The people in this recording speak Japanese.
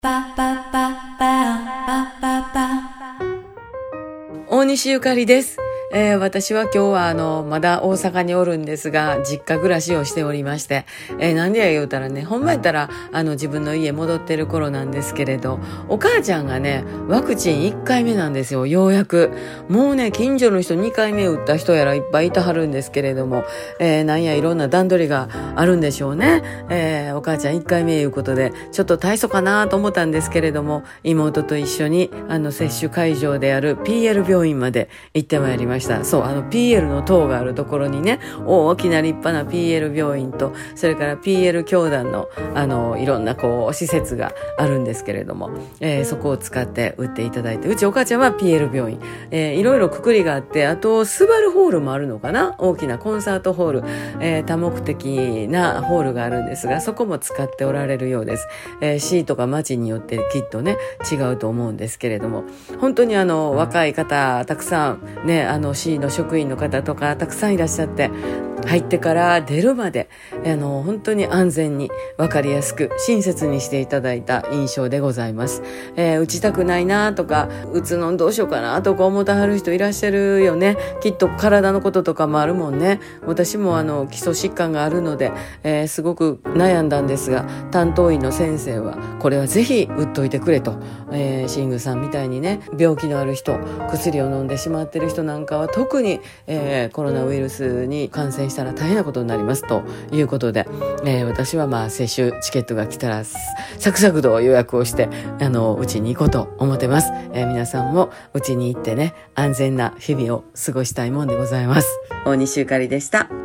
大西ゆかりです。私は今日はまだ大阪におるんですが、実家暮らしをしておりまして、なんでや言うたらね、ほんまやったら自分の家戻ってる頃なんですけれど、お母ちゃんがね、ワクチン1回目なんですよ、ようやく。もうね、近所の人2回目打った人やらいっぱいいたはるんですけれども、なんやいろんな段取りがあるんでしょうね。お母ちゃん1回目いうことで、ちょっと大層かなと思ったんですけれども、妹と一緒に接種会場である PL 病院まで行ってまいりました。そう、PL の塔があるところにね、大きな立派な PL 病院と、それから PL 教団のいろんな施設があるんですけれども、そこを使って打っていただいて、うちお母ちゃんは PL 病院、いろいろくくりがあって、あとスバルホールもあるのかな、大きなコンサートホール、多目的なホールがあるんですが、そこも使っておられるようです。市とか町によってきっとね違うと思うんですけれども、本当に若い方たくさんね、市の職員の方とかたくさんいらっしゃって、入ってから出るまで本当に安全に分かりやすく親切にしていただいた印象でございます。打ちたくないなとか、打つのどうしようかなとか思ってはる人いらっしゃるよね。きっと体のこととかもあるもんね。私も基礎疾患があるので、すごく悩んだんですが、担当医の先生はこれはぜひ打っといてくれと、シングさんみたいにね、病気のある人、薬を飲んでしまってる人なんかは特に、コロナウイルスに感染したら大変なことになりますということで、私は接種チケットが来たらサクサクと予約をしてうちに行こうと思ってます。皆さんもうちに行ってね、安全な日々を過ごしたいもんでございます。大西ゆかりでした。